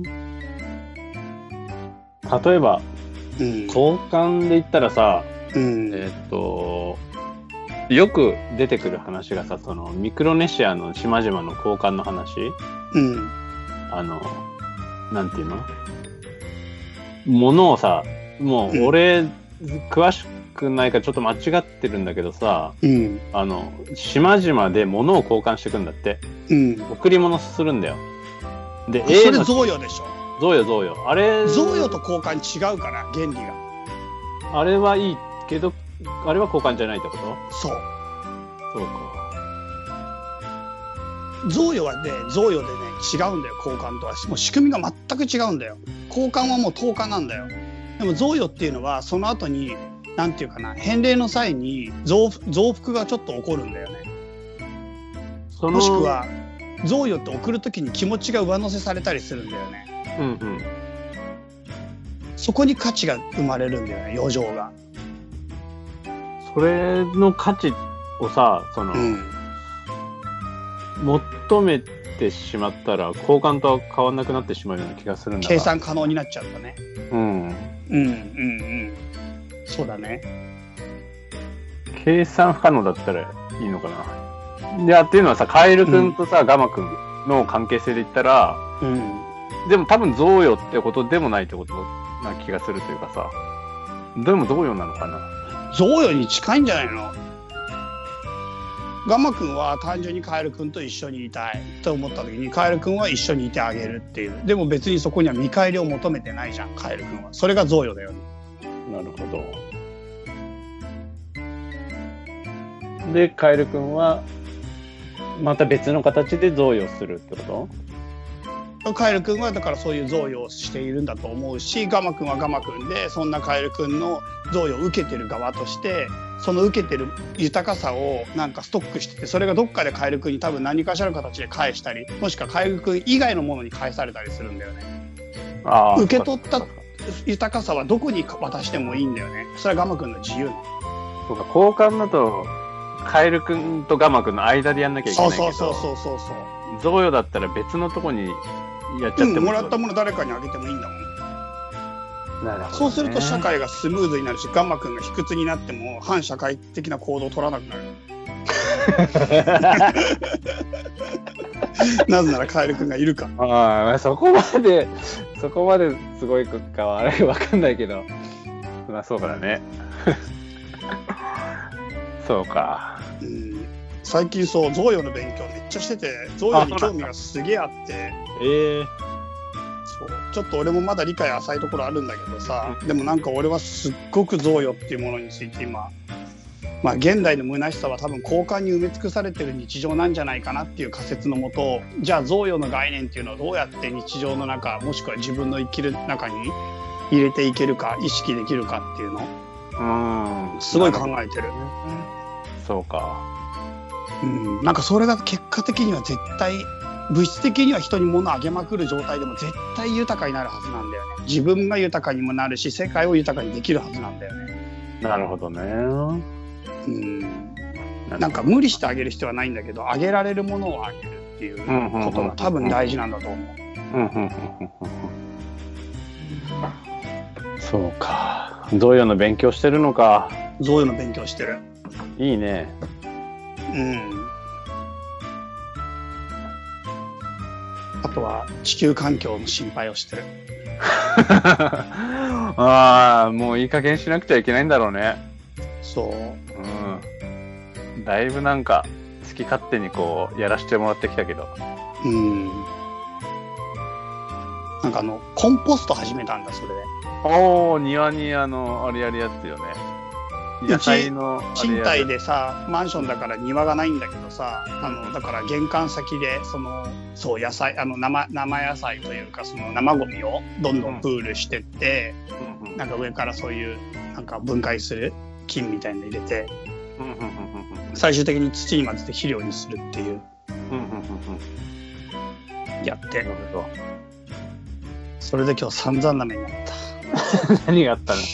例えば、 うん、 交換で言ったらさ、 うん、 えー、っとよく出てくる話がさ、そのミクロネシアの島々の交換の話、 うん、 あのなんていうの、ものをさ、もう俺、うん、詳しくないからちょっと間違ってるんだけどさ、 うん、 あの島々で物を交換していくんだって、うん、贈り物するんだよ。で、 それ贈与でしょ。 贈与贈与、あれ贈与と交換違うから原理が。 あれはいいけど、あれは交換じゃないってこと？ そう。 そうか。 贈与はね、贈与でね違うんだよ、交換とは。もう仕組みが全く違うんだよ。交換はもう等価なんだよ。でも贈与っていうのはその後になんていうかな、返礼の際に 増, 増幅がちょっと起こるんだよね。そのもしくは贈与って送るときに気持ちが上乗せされたりするんだよね。 うんうん。 そこに価値が生まれるんだよね、余剰が。 それの価値をさ、その、うん、求めてしまったら交換とは変わんなくなってしまうような気がするんだが。 計算可能になっちゃうとね。 うん。うんうんうん。そうだね。 計算不可能だったらいいのかな。いやっていうのはさ、カエル君とさ、うん、ガマ君の関係性で言ったら、うん、でも多分贈与ってことでもないってことな気がするというかさ、でも贈与なのかな。 贈与に近いんじゃないの。ガマ君は単純にカエル君と一緒にいたいと思った時に、カエル君は一緒にいてあげるっていう。でも別にそこには見返りを求めてないじゃん、カエル君は。それが贈与だよね。 なるほど。でカエル君はまた別の形で贈与するってこと？ カエル君はだからそういう贈与をしているんだと思うし、ガマ君はガマ君でそんなカエル君の贈与を受けてる側として、その受けてる豊かさをなんかストックしてて、それがどっかでカエル君に多分何かしらの形で返したり、もしくはカエル君以外のものに返されたりするんだよね。あ、受け取った豊かさはどこに渡してもいいんだよね。それはガマ君の自由。 そうか、交換だとカエル君とガマ君の間でやんなきゃいけないけど、 そうそうそうそうそう。 贈与だったら別のとこにやっちゃっても、 うん、もらったもの誰かにあげてもいいんだもん。 なるほどね。 そうすると社会がスムーズになるし、ガンマ君が卑屈になっても反社会的な行動を取らなくなる。なぜならカエル君がいるか。 ああ、そこまでそこまですごいかはあれわかんないけど、まあそうだね。そうか。 うん、最近そう贈与の勉強めっちゃしてて、贈与に興味がすげえあって。ええー。 そうちょっと俺もまだ理解浅いところあるんだけどさ、でもなんか俺はすっごく贈与っていうものについて今、まあ現代の虚しさは多分交換に埋め尽くされてる日常なんじゃないかなっていう仮説のもと、じゃあ贈与の概念っていうのをどうやって日常の中、もしくは自分の生きる中に入れていけるか、意識できるかっていうのをすごい考えてる。 そうか。 うん、なんかそれが結果的には絶対物質的には人に物をあげまくる状態でも絶対豊かになるはずなんだよね。自分が豊かにもなるし、世界を豊かにできるはずなんだよね。 なるほどね。 うん。なんか無理してあげる必要はないんだけど、あげられるものをあげるっていうことが多分大事なんだと思う。 そうか。贈与の勉強してるのか。 贈与の勉強してる。 いいね。 うん。あとは地球環境の心配をしてる。 ああ、もういい加減しなくちゃいけないんだろうね。 そう、 うん、だいぶなんか好き勝手にこうやらせてもらってきたけど、 うん、なんかあのコンポスト始めたんだそれで。 おお、庭にあのあれやるやつよね。野菜の賃貸でさ、マンションだから庭がないんだけどさ、あのだから玄関先でそのそう野菜あの 生, 生野菜というかその生ゴミをどんどんプールしてって、うん、なんか上からそういうなんか分解する菌みたいなの入れて、うん、最終的に土に混ぜて肥料にするっていう、うん、やってそれで今日散々な目にあった何があったの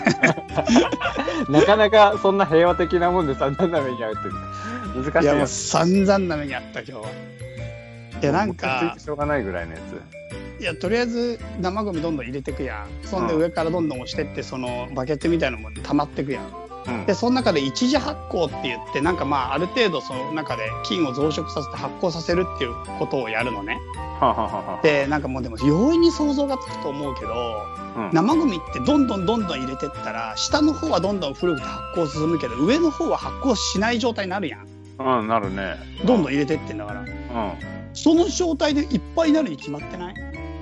なかなかそんな平和的なもんで散々な目に遭うって難しい。 いやもう散々な目にあった今日は。いやなんかしょうがないぐらいのやつ。 いやとりあえず生ゴミどんどん入れてくやん。そんで上からどんどん押してってそのバケツみたいなのも溜まってくやん、うん、でその中で一次発酵って言ってなんかまあある程度その中で菌を増殖させて発酵させるっていうことをやるのね。でなんかもうでも容易に想像がつくと思うけど、うん、生ゴミってどんどんどんどん入れてったら下の方はどんどん古くて発酵進むけど上の方は発酵しない状態になるやん。 うん、なるね。 どんどん入れてってんだから、うん、その状態でいっぱいになるに決まってない？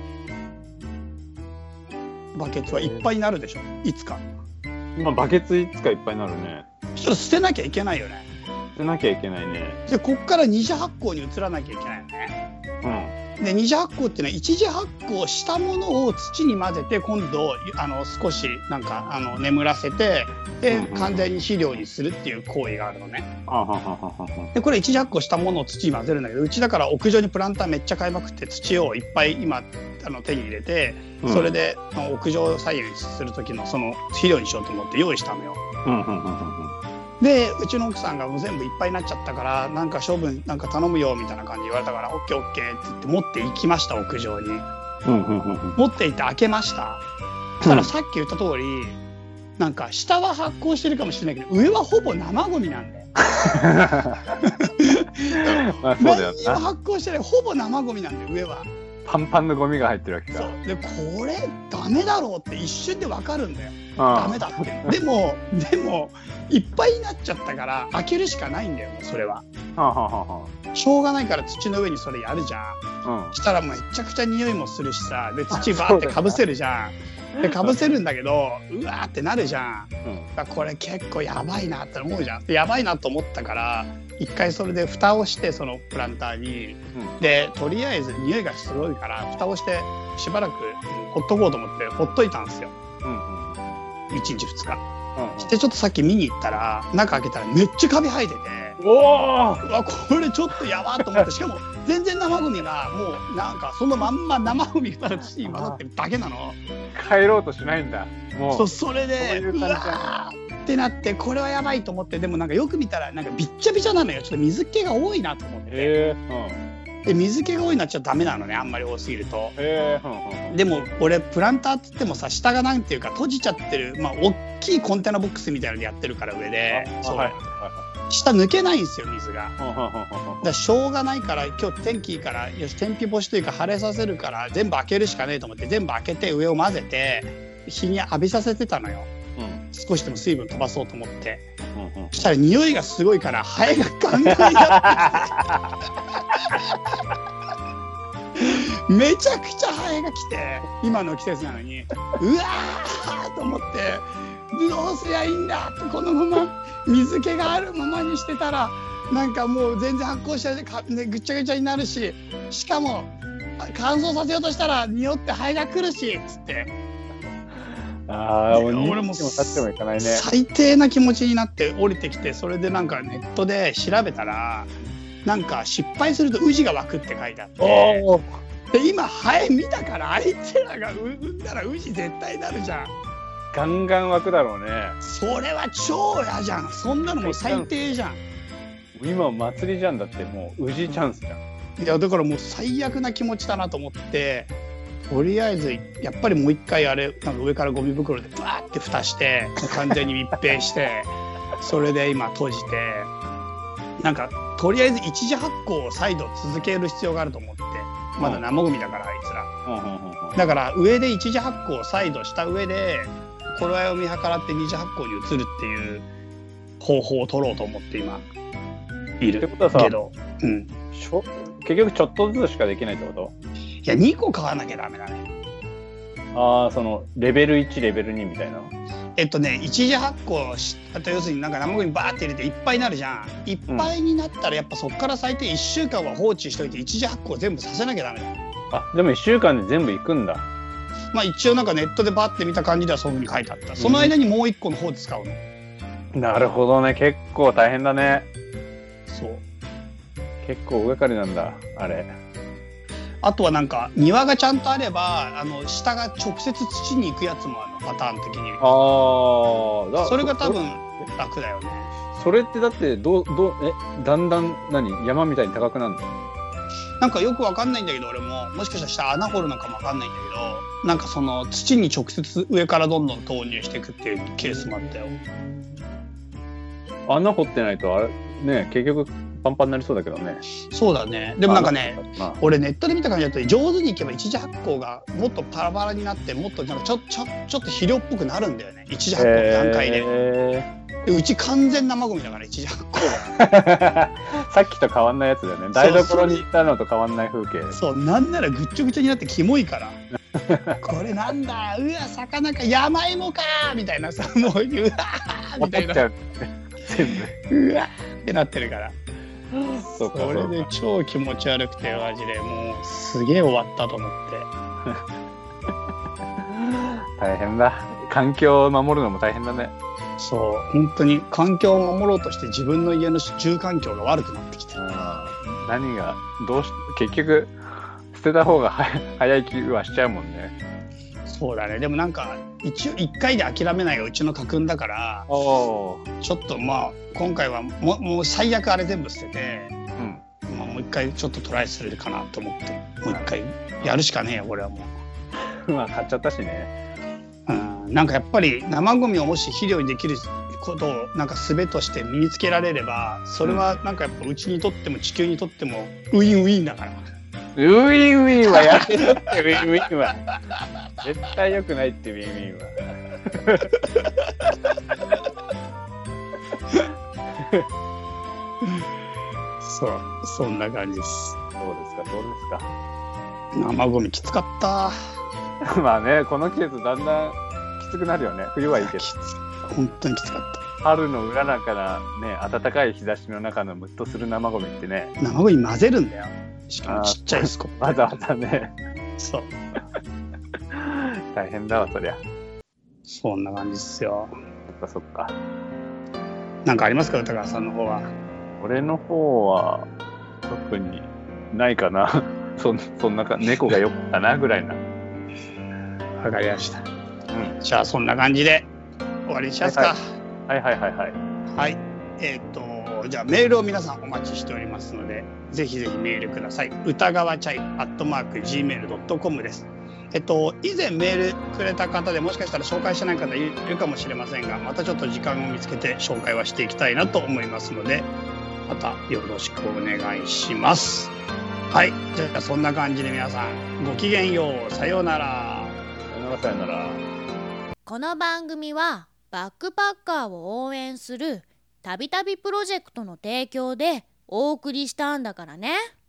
バケツはいっぱいになるでしょいつか。 まあバケツいつかいっぱいになるね。 そしたら捨てなきゃいけないよね。 捨てなきゃいけないね。 でこっから二次発酵に移らなきゃいけないよね。うんで二次発酵っていうのは一次発酵したものを土に混ぜて今度あの少しなんかあの眠らせてで完全に肥料にするっていう行為があるのね。でこれ一次発酵したものを土に混ぜるんだけどうちだから屋上にプランターめっちゃ買いまくって土をいっぱい今あの手に入れてそれで、うん、屋上菜園する時のその肥料にしようと思って用意したのよ。でうちの奥さんがもう全部いっぱいになっちゃったからなんか処分なんか頼むよみたいな感じ言われたからオッケーオッケーって言って持って行きました屋上に、うんうんうん、持って行って開けました。そしたらさっき言った通りなんか下は発酵してるかもしれないけど上はほぼ生ゴミなんだよまあそうだよな。何にも発酵してないほぼ生ゴミなんだよ上は。 パンパンのゴミが入ってるわけか。 そうでこれダメだろうって一瞬で分かるんだよ。ダメだってでもでもいっぱいになっちゃったから開けるしかないんだよもうそれは。はあはあはあ、しょうがないから土の上にそれやるじゃん、うん、したらめちゃくちゃ匂いもするしさで土バーってかぶせるじゃんでかぶせるんだけどうわーってなるじゃん、うん、これ結構やばいなって思うじゃん。でやばいなと思ったから一回それで蓋をしてそのプランターに、うん、でとりあえず匂いがすごいから蓋をしてしばらくほっとこうと思ってほっといたんですよ、うんうん、いちにちふつか、うんうん、してちょっとさっき見に行ったら中開けたらめっちゃカビ生えてておーこれちょっとやばーと思ってしかも全然生ゴミがもうなんかそのまんま生ゴミが土に混ざってるだけなの。 帰ろうとしないんだもう。 そうそれでうわーってなってこれはやばいと思ってでもなんかよく見たらなんかびっちゃびちゃなのよ。ちょっと水気が多いなと思って、えーうん、で水気が多いなっちゃダメなのねあんまり多すぎると、えーうんうん、でも俺プランターって言ってもさ下がなんていうか閉じちゃってるまあ大きいコンテナボックスみたいなのでやってるから上でそう、はい下抜けないんですよ水が。だからしょうがないから今日天気いいからよし天日干しというか晴れさせるから全部開けるしかねえと思って全部開けて上を混ぜて日に浴びさせてたのよ、うん、少しでも水分飛ばそうと思って、うんうん、そしたら匂いがすごいからハエがガンガンやってきてめちゃくちゃハエが来て今の季節なのにうわーと思ってどうすりゃいいんだってこのまま水気があるままにしてたらなんかもう全然発酵しちゃってか、ね、ぐっちゃぐちゃになるししかも乾燥させようとしたら匂ってハエが来るしっつってあ俺も最低な気持ちになって降りてきてそれでなんかネットで調べたらなんか失敗するとウジが湧くって書いてあってで今ハエ見たからあいつらが産んだらウジ絶対なるじゃん。 ガンガン湧くだろうね。 それは超嫌じゃん。そんなのもう最低じゃん。 今祭りじゃんだってもうウジチャンスじゃん。 いやだからもう最悪な気持ちだなと思ってとりあえずやっぱりもう一回あれなんか上からゴミ袋でバーって蓋して完全に密閉してそれで今閉じてなんかとりあえず一次発酵を再度続ける必要があると思ってまだ生ゴミだからあいつら、だから上で一次発酵を再度した上で頃合いを見計らって二次発酵に移るっていう方法を取ろうと思って今いるってことはさけど、うん、 しょ結局ちょっとずつしかできないってこと？ いやにこ買わなきゃダメだね。 ああ、そのレベルいちレベルにみたいな。 えっとね一次発酵しあと要するになんか生ゴミバーって入れていっぱいになるじゃん。いっぱいになったらやっぱそっから最低いっしゅうかんは放置しといて一次発酵全部させなきゃダメだ。 あ、でもいっしゅうかんで全部いくんだ。 まあ一応なんかネットでバッて見た感じではそういうふうに書いてあった。その間にもう一個の方で使うの。 なるほどね、結構大変だね。 そう。 結構大掛かりなんだあれ。 あとはなんか庭がちゃんとあればあの下が直接土に行くやつもあるのパターン的に。 ああ、 それが多分楽だよね。 それってだってどうどうえだんだん何山みたいに高くなるの？ なんかよくわかんないんだけど俺ももしかしたら下穴掘るのかもわかんないんだけどなんかその土に直接上からどんどん投入していくっていうケースもあったよ。 穴掘ってないとあれね結局パンパンになりそうだけどね。 そうだね。でもなんかね俺ネットで見た感じだと上手にいけば一次発酵がもっとパラパラになってもっとなんかちょちょちょっと肥料っぽくなるんだよね一次発酵の段階で。えーでうち完全生ゴミだから一時発酵がさっきと変わんないやつだよね。台所に行ったのと変わんない風景。 そうなんならぐっちょぐちょになってキモいからこれなんだうわ魚か山芋かみたいなさもううわーみたいな全部うわーってなってるからそうかそれで超気持ち悪くてマジでもうすげえ終わったと思って大変だ。環境を守るのも大変だね。 そう本当に環境を守ろうとして自分の家の住環境が悪くなってきてる。 何がどうし結局捨てた方が早い気はしちゃうもんね。 そうだね。でもなんか一応一回で諦めないがうちの家訓だからおちょっとまあ今回はももう最悪あれ全部捨てて、うんまあ、もう一回ちょっとトライするかなと思ってもう一回やるしかねえよこれはもうまあ買っちゃったしね。 うん、なんかやっぱり生ゴミをもし肥料にできることをなんか術として身につけられればそれはなんかやっぱうちにとっても地球にとってもウィンウィンだから。 ウィンウィンはやめろってウィンウィンは絶対良くないってウィンウィンはそうそんな感じです。 そうですかそうですか。 生ゴミきつかったまあねこの季節だんだんきつくなるよね。冬はいいけど本当にきつかった。 春の裏なんかなね暖かい日差しの中のムッとする生ゴミってね生ゴミ混ぜるんだよ。しかもちっちゃいスコップわざわざねそう大変だわそりゃ。 そんな感じですよ。 そっかそっか。 なんかありますか歌川さんの方は。 俺の方は特にないかなそ, そんなか猫がよかったなぐらいな。 わかりました、 うん、 じゃあそんな感じで終わりにしますか。 はいはいはいはいはい、えっ、ー、とじゃあメールを皆さんお待ちしておりますのでぜひぜひメールください。歌川チャイアットマーク ジーメールドットコム です。えっと以前メールくれた方でもしかしたら紹介してない方いるかもしれませんがまたちょっと時間を見つけて紹介はしていきたいなと思いますのでまたよろしくお願いします。はい、じゃあそんな感じで皆さんごきげんよう。さようなら。 さよなら。 この番組はバックパッカーを応援するたびたびプロジェクトの提供でお送りしたんだからね。